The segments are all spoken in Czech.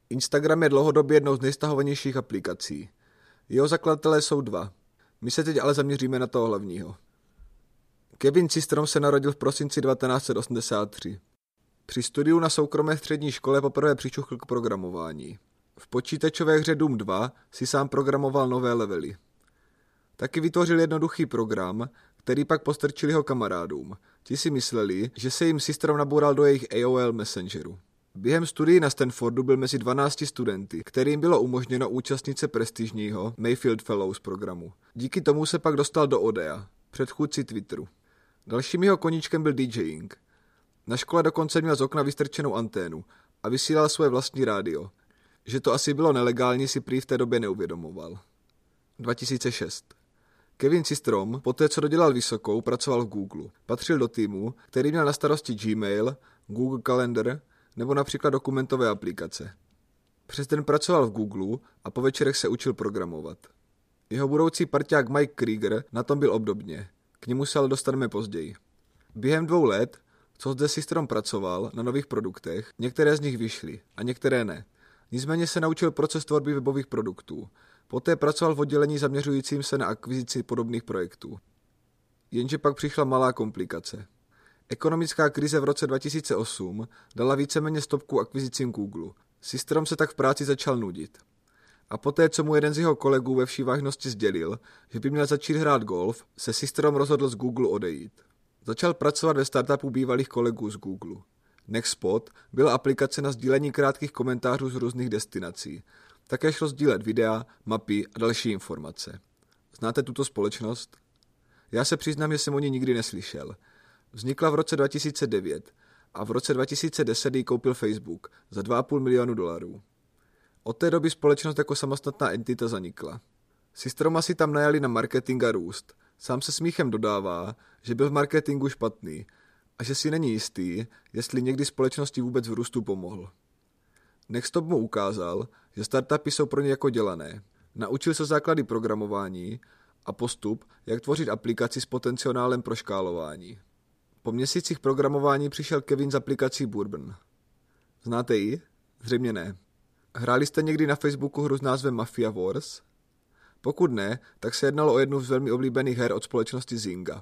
Instagram je dlouhodobě jednou z nejstahovanějších aplikací. Jeho zakladatelé jsou dva. My se teď ale zaměříme na toho hlavního. Kevin Systrom se narodil v prosinci 1983. Při studiu na soukromé střední škole poprvé přičuchl k programování. V počítačové hře Doom 2 si sám programoval nové levely. Taky vytvořil jednoduchý program, který pak postrčil jeho kamarádům. Ti si mysleli, že se jim Systrom naboural do jejich AOL Messengeru. Během studií na Stanfordu byl mezi 12 studenty, kterým bylo umožněno účastnit se prestižního Mayfield Fellows programu. Díky tomu se pak dostal do Odea, předchůdci Twitteru. Dalším jeho koníčkem byl DJing. Na škole dokonce měl z okna vystrčenou anténu a vysílal svoje vlastní rádio. Že to asi bylo nelegální, si prý v té době neuvědomoval. 2006. Kevin Systrom, poté co dodělal vysokou, pracoval v Google. Patřil do týmu, který měl na starosti Gmail, Google Calendar nebo například dokumentové aplikace. Přes den pracoval v Google a po večerech se učil programovat. Jeho budoucí parťák Mike Krieger na tom byl obdobně. K němu se ale dostaneme později. Během 2 let, co zde Systrom pracoval na nových produktech, některé z nich vyšly a některé ne. Nicméně se naučil proces tvorby webových produktů. Poté pracoval v oddělení zaměřujícím se na akvizici podobných projektů. Jenže pak přišla malá komplikace. Ekonomická krize v roce 2008 dala víceméně stopku akvizicím Google. Systrom se tak v práci začal nudit. A poté, co mu jeden z jeho kolegů ve vší vážnosti sdělil, že by měl začít hrát golf, se Systrom rozhodl z Google odejít. Začal pracovat ve startupu bývalých kolegů z Google. Nextspot byla aplikace na sdílení krátkých komentářů z různých destinací. Také šlo sdílet videa, mapy a další informace. Znáte tuto společnost? Já se přiznám, že jsem o ní nikdy neslyšel. Vznikla v roce 2009 a v roce 2010 ji koupil Facebook za $2,5 milionu. Od té doby společnost jako samostatná entita zanikla. Systroma si tam najali na marketing a růst. Sám se smíchem dodává, že byl v marketingu špatný a že si není jistý, jestli někdy společnosti vůbec v růstu pomohl. Nextstop mu ukázal, že startupy jsou pro ně jako dělané. Naučil se základy programování a postup, jak tvořit aplikaci s potenciálem pro škálování. Po měsících programování přišel Kevin s aplikací Bourbon. Znáte ji? Zřejmě ne. Hráli jste někdy na Facebooku hru s názvem Mafia Wars? Pokud ne, tak se jednalo o jednu z velmi oblíbených her od společnosti Zynga.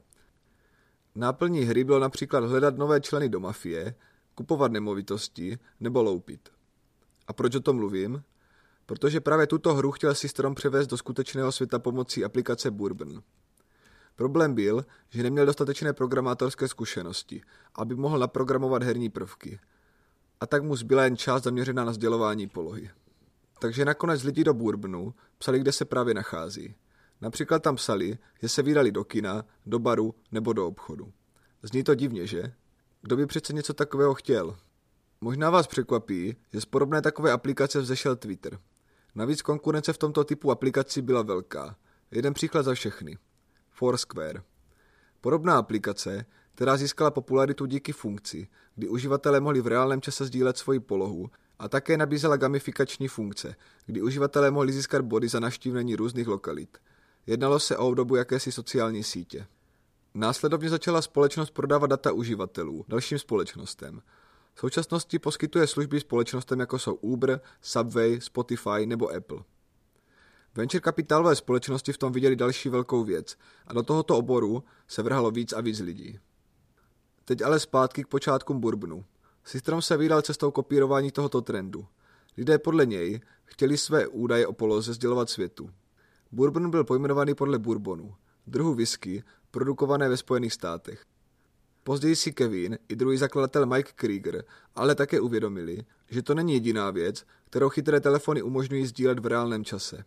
Náplní hry bylo například hledat nové členy do mafie, kupovat nemovitosti nebo loupit. A proč o tom mluvím? Protože právě tuto hru chtěl Systrom převést do skutečného světa pomocí aplikace Bourbon. Problém byl, že neměl dostatečné programátorské zkušenosti, aby mohl naprogramovat herní prvky. A tak mu zbyla jen část zaměřená na sdělování polohy. Takže nakonec lidi do Bourbonu psali, kde se právě nachází. Například tam psali, že se vydali do kina, do baru nebo do obchodu. Zní to divně, že? Kdo by přece něco takového chtěl? Možná vás překvapí, že z podobné takové aplikace vzešel Twitter. Navíc konkurence v tomto typu aplikací byla velká. Jeden příklad za všechny. Foursquare. Podobná aplikace, která získala popularitu díky funkci, kdy uživatelé mohli v reálném čase sdílet svoji polohu, a také nabízela gamifikační funkce, kdy uživatelé mohli získat body za navštívení různých lokalit. Jednalo se o obdobu jakési sociální sítě. Následovně začala společnost prodávat data uživatelů dalším společnostem. V současnosti poskytuje služby společnostem jako jsou Uber, Subway, Spotify nebo Apple. Venture kapitálové společnosti v tom viděli další velkou věc a do tohoto oboru se vrhalo víc a víc lidí. Teď ale zpátky k počátkům Bourbonu. Systrom se vydal cestou kopírování tohoto trendu. Lidé podle něj chtěli své údaje o poloze sdělovat světu. Bourbon byl pojmenovaný podle bourbonu, druhu whisky, produkované ve Spojených státech. Později si Kevin i druhý zakladatel Mike Krieger ale také uvědomili, že to není jediná věc, kterou chytré telefony umožňují sdílet v reálném čase.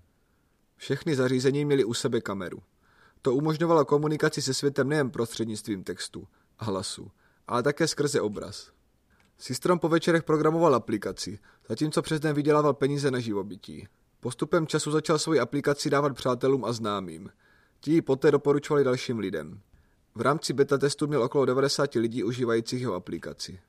Všechny zařízení měly u sebe kameru. To umožňovalo komunikaci se světem nejen prostřednictvím textu a hlasu, ale také skrze obraz. Systrom po večerech programoval aplikaci, zatímco přes den vydělával peníze na živobytí. Postupem času začal svoji aplikaci dávat přátelům a známým. Ti ji poté doporučovali dalším lidem. V rámci beta testu měl okolo 90 lidí užívajících jeho aplikaci.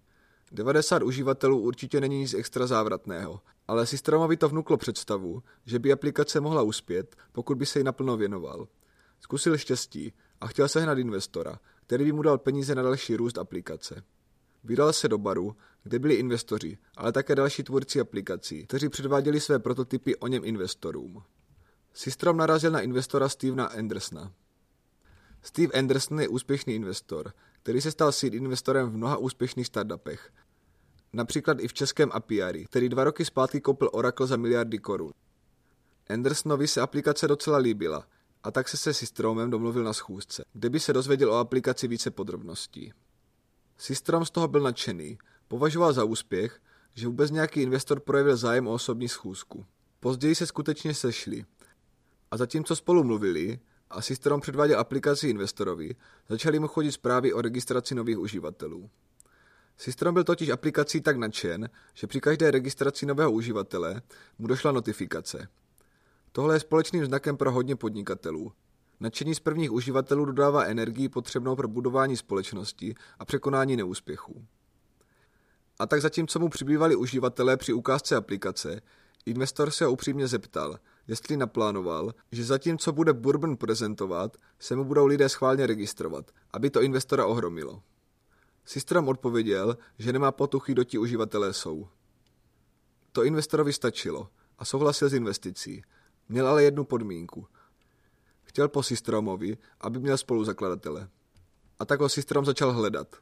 90 uživatelů určitě není nic extra závratného, ale Systromovi to vnuklo představu, že by aplikace mohla uspět, pokud by se jí naplno věnoval. Zkusil štěstí a chtěl sehnat investora, který by mu dal peníze na další růst aplikace. Vydal se do baru, kde byli investoři, ale také další tvůrci aplikací, kteří předváděli své prototypy o něm investorům. Systrom narazil na investora Stevena Andersona. Steve Anderson je úspěšný investor, který se stal seed investorem v mnoha úspěšných startupech. Například i v českém Apiary, který 2 roky zpátky koupil Oracle za miliardy korun. Andersonovi se aplikace docela líbila a tak se Systromem domluvil na schůzce, kde by se dozvěděl o aplikaci více podrobností. Systrom z toho byl nadšený, považoval za úspěch, že vůbec nějaký investor projevil zájem o osobní schůzku. Později se skutečně sešli a zatímco spolu mluvili a Systrom předváděl aplikaci investorovi, začaly mu chodit zprávy o registraci nových uživatelů. Systrom byl totiž aplikací tak nadšen, že při každé registraci nového uživatele mu došla notifikace. Tohle je společným znakem pro hodně podnikatelů. Nadšení z prvních uživatelů dodává energii potřebnou pro budování společnosti a překonání neúspěchů. A tak zatímco mu přibývali uživatelé při ukázce aplikace, investor se ho upřímně zeptal, jestli naplánoval, že zatímco bude Bourbon prezentovat, se mu budou lidé schválně registrovat, aby to investora ohromilo. Systrom odpověděl, že nemá potuchy, kdo ti uživatelé jsou. To investorovi stačilo a souhlasil s investicí. Měl ale jednu podmínku. Chtěl po Systromovi, aby měl spoluzakladatele. A tak ho Systrom začal hledat.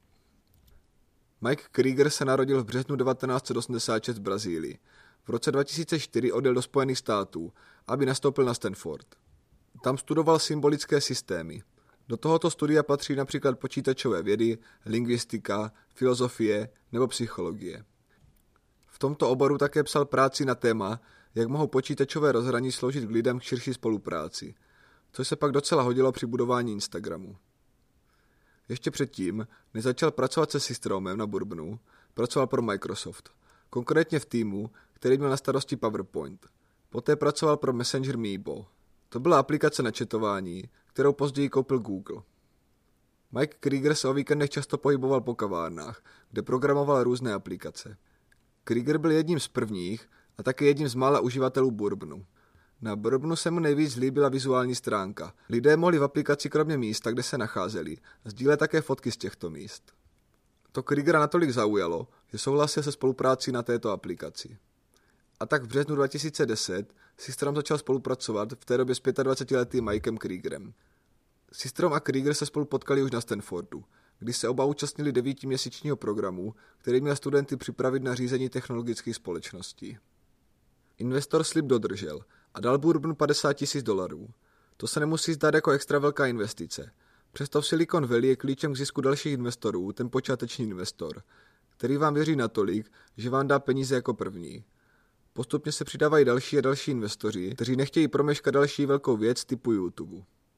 Mike Krieger se narodil v březnu 1986 v Brazílii. V roce 2004 odjel do Spojených států, aby nastoupil na Stanford. Tam studoval symbolické systémy. Do tohoto studia patří například počítačové vědy, lingvistika, filozofie nebo psychologie. V tomto oboru také psal práci na téma, jak mohou počítačové rozhraní sloužit k lidem k širší spolupráci, což se pak docela hodilo při budování Instagramu. Ještě předtím, než začal pracovat se Systromem na Bourbonu, pracoval pro Microsoft, konkrétně v týmu, který měl na starosti PowerPoint. Poté pracoval pro Messenger Meebo. To byla aplikace na chatování, kterou později koupil Google. Mike Krieger se o víkendech často pohyboval po kavárnách, kde programoval různé aplikace. Krieger byl jedním z prvních a také jedním z mála uživatelů Bourbonu. Na Bourbonu se mu nejvíc líbila vizuální stránka. Lidé mohli v aplikaci kromě místa, kde se nacházeli, sdílet také fotky z těchto míst. To Kriegera natolik zaujalo, že souhlasil se spoluprácí na této aplikaci. A tak v březnu 2010 Systrom začal spolupracovat v té době s 25letým Mikem Kriegerem. Systrom a Krieger se spolu potkali už na Stanfordu, kdy se oba účastnili 9měsíčního programu, který měl studenty připravit na řízení technologických společností. Investor slib dodržel a dal Bourbonu $50,000. To se nemusí zdát jako extra velká investice. Přesto v Silicon Valley je klíčem k zisku dalších investorů ten počáteční investor, který vám věří natolik, že vám dá peníze jako první. Postupně se přidávají další a další investoři, kteří nechtějí promeškat další velkou věc typu YouTube.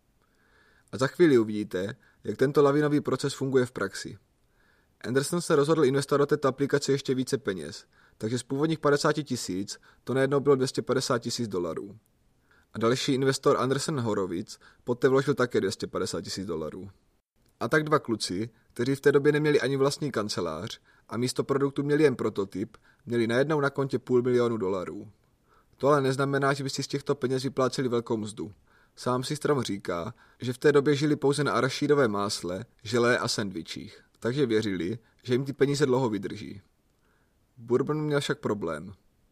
A za chvíli uvidíte, jak tento lavinový proces funguje v praxi. Anderson se rozhodl investovat do této aplikace ještě více peněz, takže z původních $50,000 to najednou bylo $250,000. A další investor Andresen Horowitz poté vložil také $250,000. A tak 2 kluci, kteří v té době neměli ani vlastní kancelář a místo produktu měli jen prototyp, měli najednou na kontě $500,000. To ale neznamená, že by si z těchto peněz vypláceli velkou mzdu. Sám Systrom říká, že v té době žili pouze na arašídové másle, želé a sendvičích, takže věřili, že jim ty peníze dlouho vydrží. Bourbon měl však problém.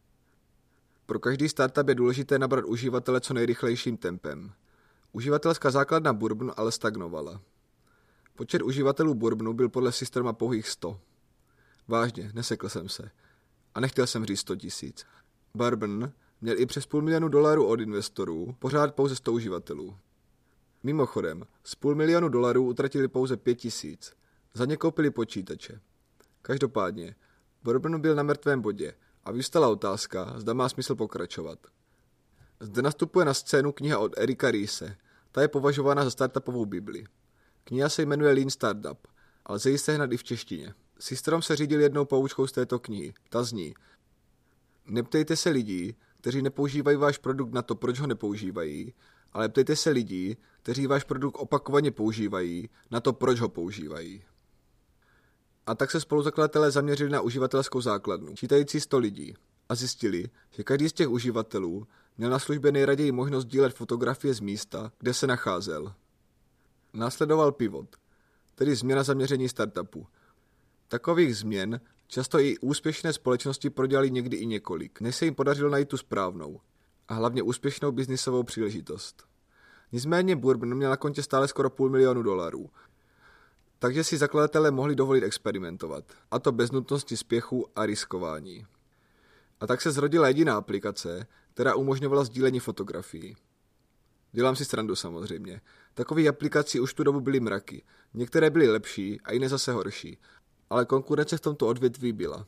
Pro každý startup je důležité nabrat uživatele co nejrychlejším tempem. Uživatelská základna Bourbon ale stagnovala. Počet uživatelů Bourbonu byl podle Systroma pouhých 100. Vážně, nesekl jsem se. A nechtěl jsem říct 100,000. Bourbon měl i přes $500,000 od investorů, pořád pouze 100 uživatelů. Mimochodem, z $500,000 utratili pouze 5,000. Za ně koupili počítače. Každopádně, Bourbon byl na mrtvém bodě a vyvstala otázka, zda má smysl pokračovat. Zde nastupuje na scénu kniha od Erika Riese. Ta je považována za startupovou bibli. Kniha se jmenuje Lean Startup, ale lze ji sehnat i v češtině. Systrom se řídil jednou poučkou z této knihy. Ta zní: neptejte se lidí, kteří nepoužívají váš produkt na to, proč ho nepoužívají, ale ptejte se lidí, kteří váš produkt opakovaně používají, na to, proč ho používají. A tak se spoluzakladatelé zaměřili na uživatelskou základnu, čítající 100 lidí, a zjistili, že každý z těch uživatelů měl na službě nejraději možnost dílet fotografie z místa, kde se nacházel. Následoval pivot, tedy změna zaměření startupu. Takových změn často i úspěšné společnosti prodělaly někdy i několik, než se jim podařilo najít tu správnou a hlavně úspěšnou biznisovou příležitost. Nicméně Bourbon měl na kontě stále skoro $500 000, takže si zakladatelé mohli dovolit experimentovat, a to bez nutnosti spěchu a riskování. A tak se zrodila jediná aplikace, která umožňovala sdílení fotografií. Dělám si srandu samozřejmě. Takových aplikací už tu dobu byly mraky. Některé byly lepší a jiné zase horší, ale konkurence v tomto odvětví byla.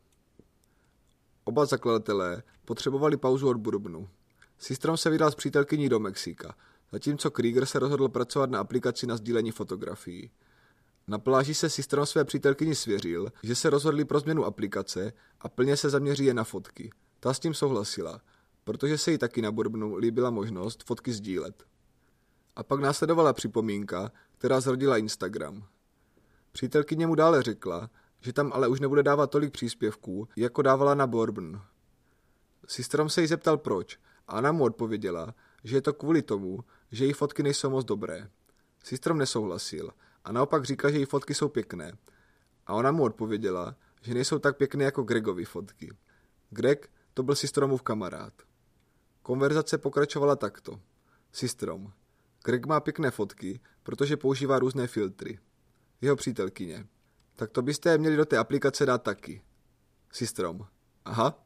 Oba zakladatelé potřebovali pauzu od Bourbonu. Systrom se vydal s přítelkyní do Mexika, zatímco Krieger se rozhodl pracovat na aplikaci na sdílení fotografií. Na pláži se Systrom své přítelkyni svěřil, že se rozhodli pro změnu aplikace a plně se zaměří jen na fotky. Ta s tím souhlasila, protože se jí taky na Bourbonu líbila možnost fotky sdílet. A pak následovala připomínka, která zrodila Instagram. Přítelkyně mu dále řekla, že tam ale už nebude dávat tolik příspěvků, jako dávala na Bourbon. Systrom se jí zeptal proč a ona mu odpověděla, že je to kvůli tomu, že její fotky nejsou moc dobré. Systrom nesouhlasil a naopak říkal, že její fotky jsou pěkné. A ona mu odpověděla, že nejsou tak pěkné jako Gregovy fotky. Greg to byl Systromův kamarád. Konverzace pokračovala takto. Systrom. Greg má pěkné fotky, protože používá různé filtry. Jeho přítelkyně. Tak to byste je měli do té aplikace dát taky. Systrom. Aha.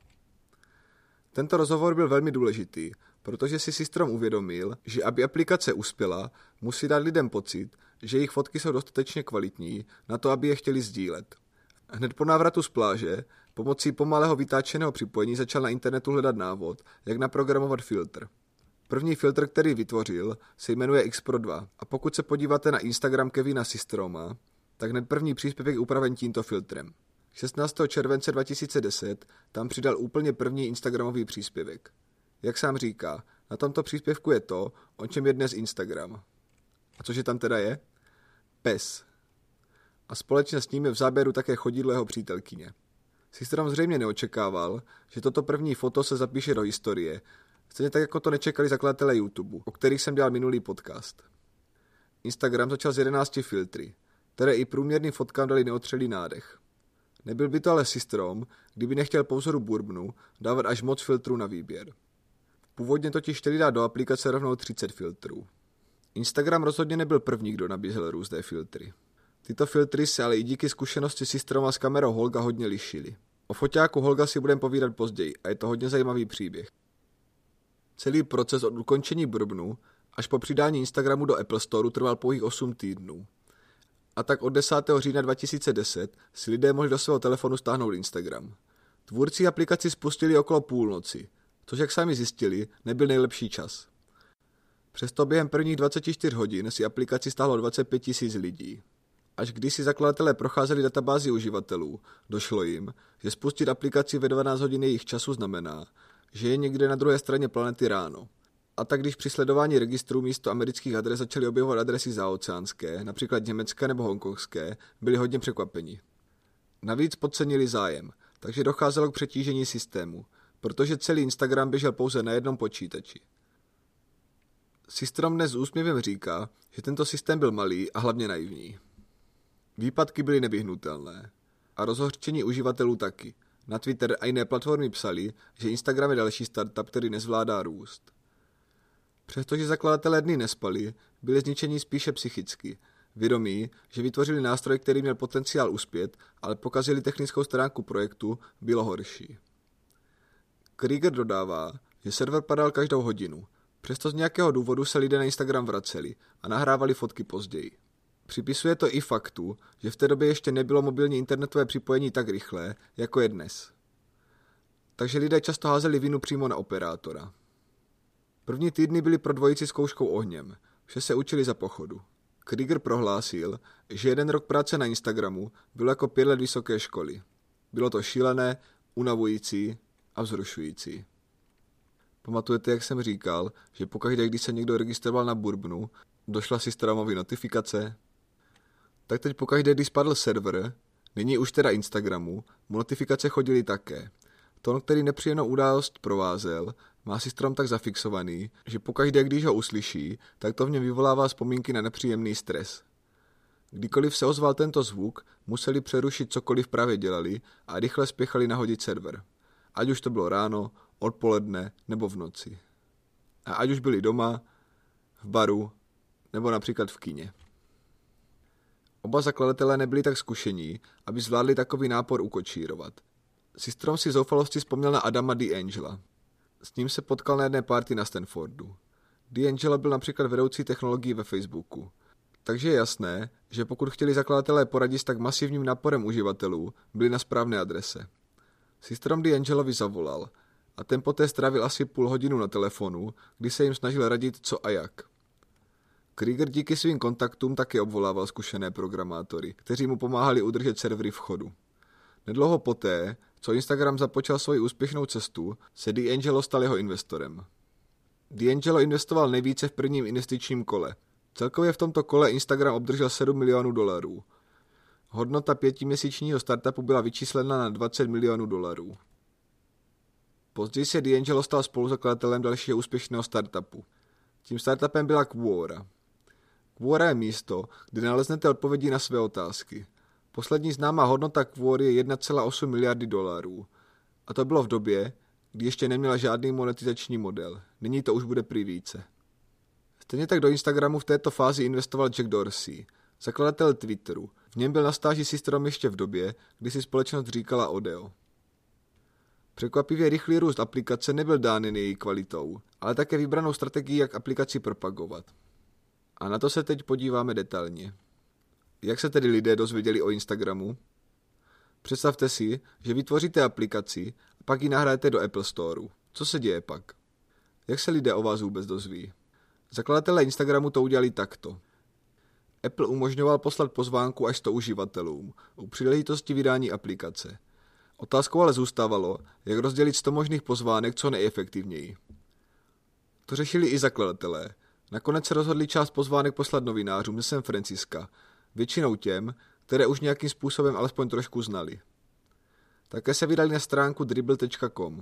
Tento rozhovor byl velmi důležitý, protože si Systrom uvědomil, že aby aplikace uspěla, musí dát lidem pocit, že jejich fotky jsou dostatečně kvalitní na to, aby je chtěli sdílet. Hned po návratu z pláže pomocí pomalého vytáčeného připojení začal na internetu hledat návod, jak naprogramovat filtr. První filtr, který vytvořil, se jmenuje X-Pro 2 a pokud se podíváte na Instagram Kevina Systroma, tak hned první příspěvek je upraven tímto filtrem. 16. července 2010 tam přidal úplně první instagramový příspěvek. Jak sám říká, na tomto příspěvku je to, o čem je dnes Instagram. A cože tam teda je? Pes. A společně s ním je v záběru také chodidlo jeho přítelkyně. Systrom zřejmě neočekával, že toto první foto se zapíše do historie, stejně tak jako to nečekali zakladatelé YouTube, o kterých jsem dělal minulý podcast. Instagram začal s 11 filtry, které i průměrným fotkám dali neotřelý nádech. Nebyl by to ale Systrom, kdyby nechtěl po vzoru Bourbonu dávat až moc filtrů na výběr. Původně totiž chtěli dát do aplikace rovnou 30 filtrů. Instagram rozhodně nebyl první, kdo nabízel různé filtry. Tyto filtry se ale i díky zkušenosti Systroma s kamerou Holga hodně lišily. O foťáku Holga si budeme povídat později a je to hodně zajímavý příběh. Celý proces od ukončení Bourbonu až po přidání Instagramu do Apple Store trval pouhých 8 týdnů. A tak od 10. října 2010 si lidé mohli do svého telefonu stáhnout Instagram. Tvůrci aplikaci spustili okolo půlnoci, což jak sami zjistili, nebyl nejlepší čas. Přesto během prvních 24 hodin si aplikaci stáhlo 25 000 lidí. Až když si zakladatelé procházeli databázi uživatelů, došlo jim, že spustit aplikaci ve 12 hodin jejich času znamená, že je někde na druhé straně planety ráno. A tak když při sledování registrů místo amerických adres začaly objevovat adresy zaoceánské, například německé nebo hongkongské, byli hodně překvapeni. Navíc podcenili zájem, takže docházelo k přetížení systému, protože celý Instagram běžel pouze na jednom počítači. Systrom dnes s úsměvem říká, že tento systém byl malý a hlavně naivní. Výpadky byly nevyhnutelné. A rozhořčení uživatelů taky. Na Twitter a jiné platformy psali, že Instagram je další startup, který nezvládá růst. Přestože zakladatelé dny nespali, byli zničení spíše psychicky. Vědomí, že vytvořili nástroj, který měl potenciál uspět, ale pokazili technickou stránku projektu, bylo horší. Krieger dodává, že server padal každou hodinu. Přesto z nějakého důvodu se lidé na Instagram vraceli a nahrávali fotky později. Připisuje to i faktu, že v té době ještě nebylo mobilní internetové připojení tak rychlé, jako je dnes. Takže lidé často házeli vinu přímo na operátora. První týdny byly pro dvojici zkouškou ohněm, vše se učili za pochodu. Krieger prohlásil, že 1 rok práce na Instagramu bylo jako 5 let vysoké školy. Bylo to šílené, unavující a vzrušující. Pamatujete, jak jsem říkal, že pokaždé, když se někdo registroval na Bourbonu, došla Systromovi notifikace? Tak teď pokaždé, když spadl server, nyní už teda Instagramu, mu notifikace chodily také. Tón, který nepříjemnou událost provázel, má Systrom tak zafixovaný, že pokaždé, když ho uslyší, tak to v něm vyvolává vzpomínky na nepříjemný stres. Kdykoliv se ozval tento zvuk, museli přerušit cokoliv právě dělali a rychle spěchali nahodit server. Ať už to bylo ráno, odpoledne nebo v noci. A ať už byli doma, v baru nebo například v kině. Oba zakladatelé nebyli tak zkušení, aby zvládli takový nápor ukočírovat. Systrom si zoufalosti vzpomněl na Adama D'Angela. S ním se potkal na jedné party na Stanfordu. D'Angelo byl například vedoucí technologií ve Facebooku. Takže je jasné, že pokud chtěli zakladatelé poradit s tak masivním náporem uživatelů, byli na správné adrese. Systrom D'Angelovi zavolal a ten poté strávil asi půl hodinu na telefonu, kdy se jim snažil radit co a jak. Krieger díky svým kontaktům také obvolával zkušené programátory, kteří mu pomáhali udržet servery v chodu. Nedlouho poté, co Instagram započal svoji úspěšnou cestu, se D'Angelo stal jeho investorem. D'Angelo investoval nejvíce v prvním investičním kole. Celkově v tomto kole Instagram obdržel $7 milionů. Hodnota 5měsíčního startupu byla vyčíslena na $20 milionů. Později se D'Angelo stal spoluzakladatelem dalšího úspěšného startupu. Tím startupem byla Quora. Quora je místo, kde naleznete odpovědi na své otázky. Poslední známá hodnota Quory je $1,8 miliardy. A to bylo v době, kdy ještě neměla žádný monetizační model. Nyní to už bude prý více. Stejně tak do Instagramu v této fázi investoval Jack Dorsey, zakladatel Twitteru. V něm byl na stáži Systrom ještě v době, kdy si společnost říkala Odeo. Překvapivě rychlý růst aplikace nebyl dán jen její kvalitou, ale také vybranou strategií, jak aplikaci propagovat. A na to se teď podíváme detailně. Jak se tedy lidé dozvěděli o Instagramu? Představte si, že vytvoříte aplikaci a pak ji nahráte do Apple Store. Co se děje pak? Jak se lidé o vás vůbec dozví? Zakladatelé Instagramu to udělali takto. Apple umožňoval poslat pozvánku až 100 uživatelům u příležitosti vydání aplikace. Otázkou ale zůstávalo, jak rozdělit 100 možných pozvánek co nejefektivněji. To řešili i zakladatelé. Nakonec se rozhodli část pozvánek poslat novinářům ze San Francisca, většinou těm, které už nějakým způsobem alespoň trošku znali. Také se vydali na stránku dribble.com.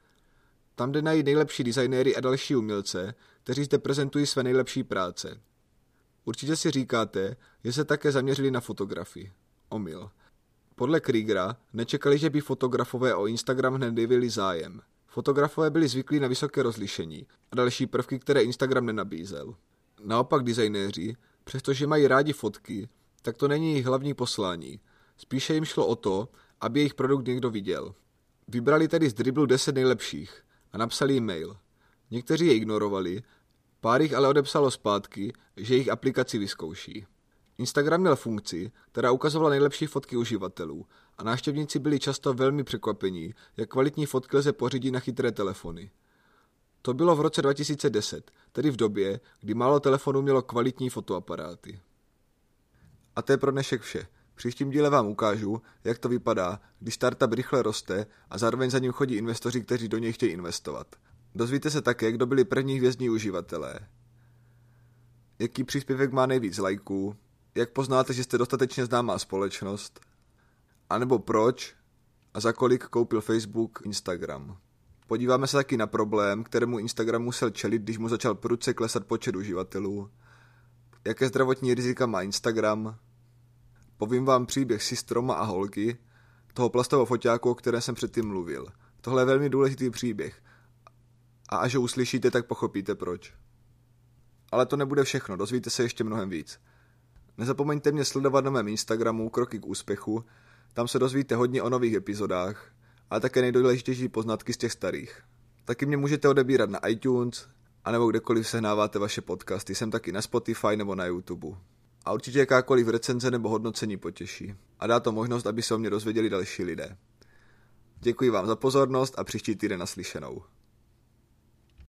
Tam jde najít nejlepší designéry a další umělce, kteří zde prezentují své nejlepší práce. Určitě si říkáte, že se také zaměřili na fotografii. Omyl. Podle Kriegera nečekali, že by fotografové o Instagram hned vyjevili zájem. Fotografové byli zvyklí na vysoké rozlišení a další prvky, které Instagram nenabízel. Naopak designéři, přestože mají rádi fotky, tak to není jejich hlavní poslání. Spíše jim šlo o to, aby jejich produkt někdo viděl. Vybrali tedy z Dribblu 10 nejlepších a napsali jim mail. Někteří je ignorovali, pár jich ale odepsalo zpátky, že jejich aplikaci vyzkouší. Instagram měl funkci, která ukazovala nejlepší fotky uživatelů a návštěvníci byli často velmi překvapení, jak kvalitní fotky lze pořídit na chytré telefony. To bylo v roce 2010, tedy v době, kdy málo telefonů mělo kvalitní fotoaparáty. A to je pro dnešek vše. V příštím díle vám ukážu, jak to vypadá, když startup rychle roste a zároveň za ním chodí investoři, kteří do něj chtějí investovat. Dozvíte se také, kdo byli první hvězdní uživatelé. Jaký příspěvek má nejvíc lajků, jak poznáte, že jste dostatečně známá společnost, anebo proč a za kolik koupil Facebook Instagram. Podíváme se taky na problém, kterému Instagram musel čelit, když mu začal prudce klesat počet uživatelů. Jaké zdravotní rizika má Instagram. Povím vám příběh Systroma a holky, toho plastového foťáku, o kterém jsem předtím mluvil. Tohle je velmi důležitý příběh. A až ho uslyšíte, tak pochopíte proč. Ale to nebude všechno, dozvíte se ještě mnohem víc. Nezapomeňte mě sledovat na mém Instagramu Kroky k úspěchu, tam se dozvíte hodně o nových epizodách, ale také nejdůležitější poznatky z těch starých. Taky mě můžete odebírat na iTunes, anebo kdekoliv sehnáváte vaše podcasty, jsem taky na Spotify nebo na YouTube. A určitě jakákoliv recenze nebo hodnocení potěší. A dá to možnost, aby se o mě dozvěděli další lidé. Děkuji vám za pozornost a příští týden naslyšenou.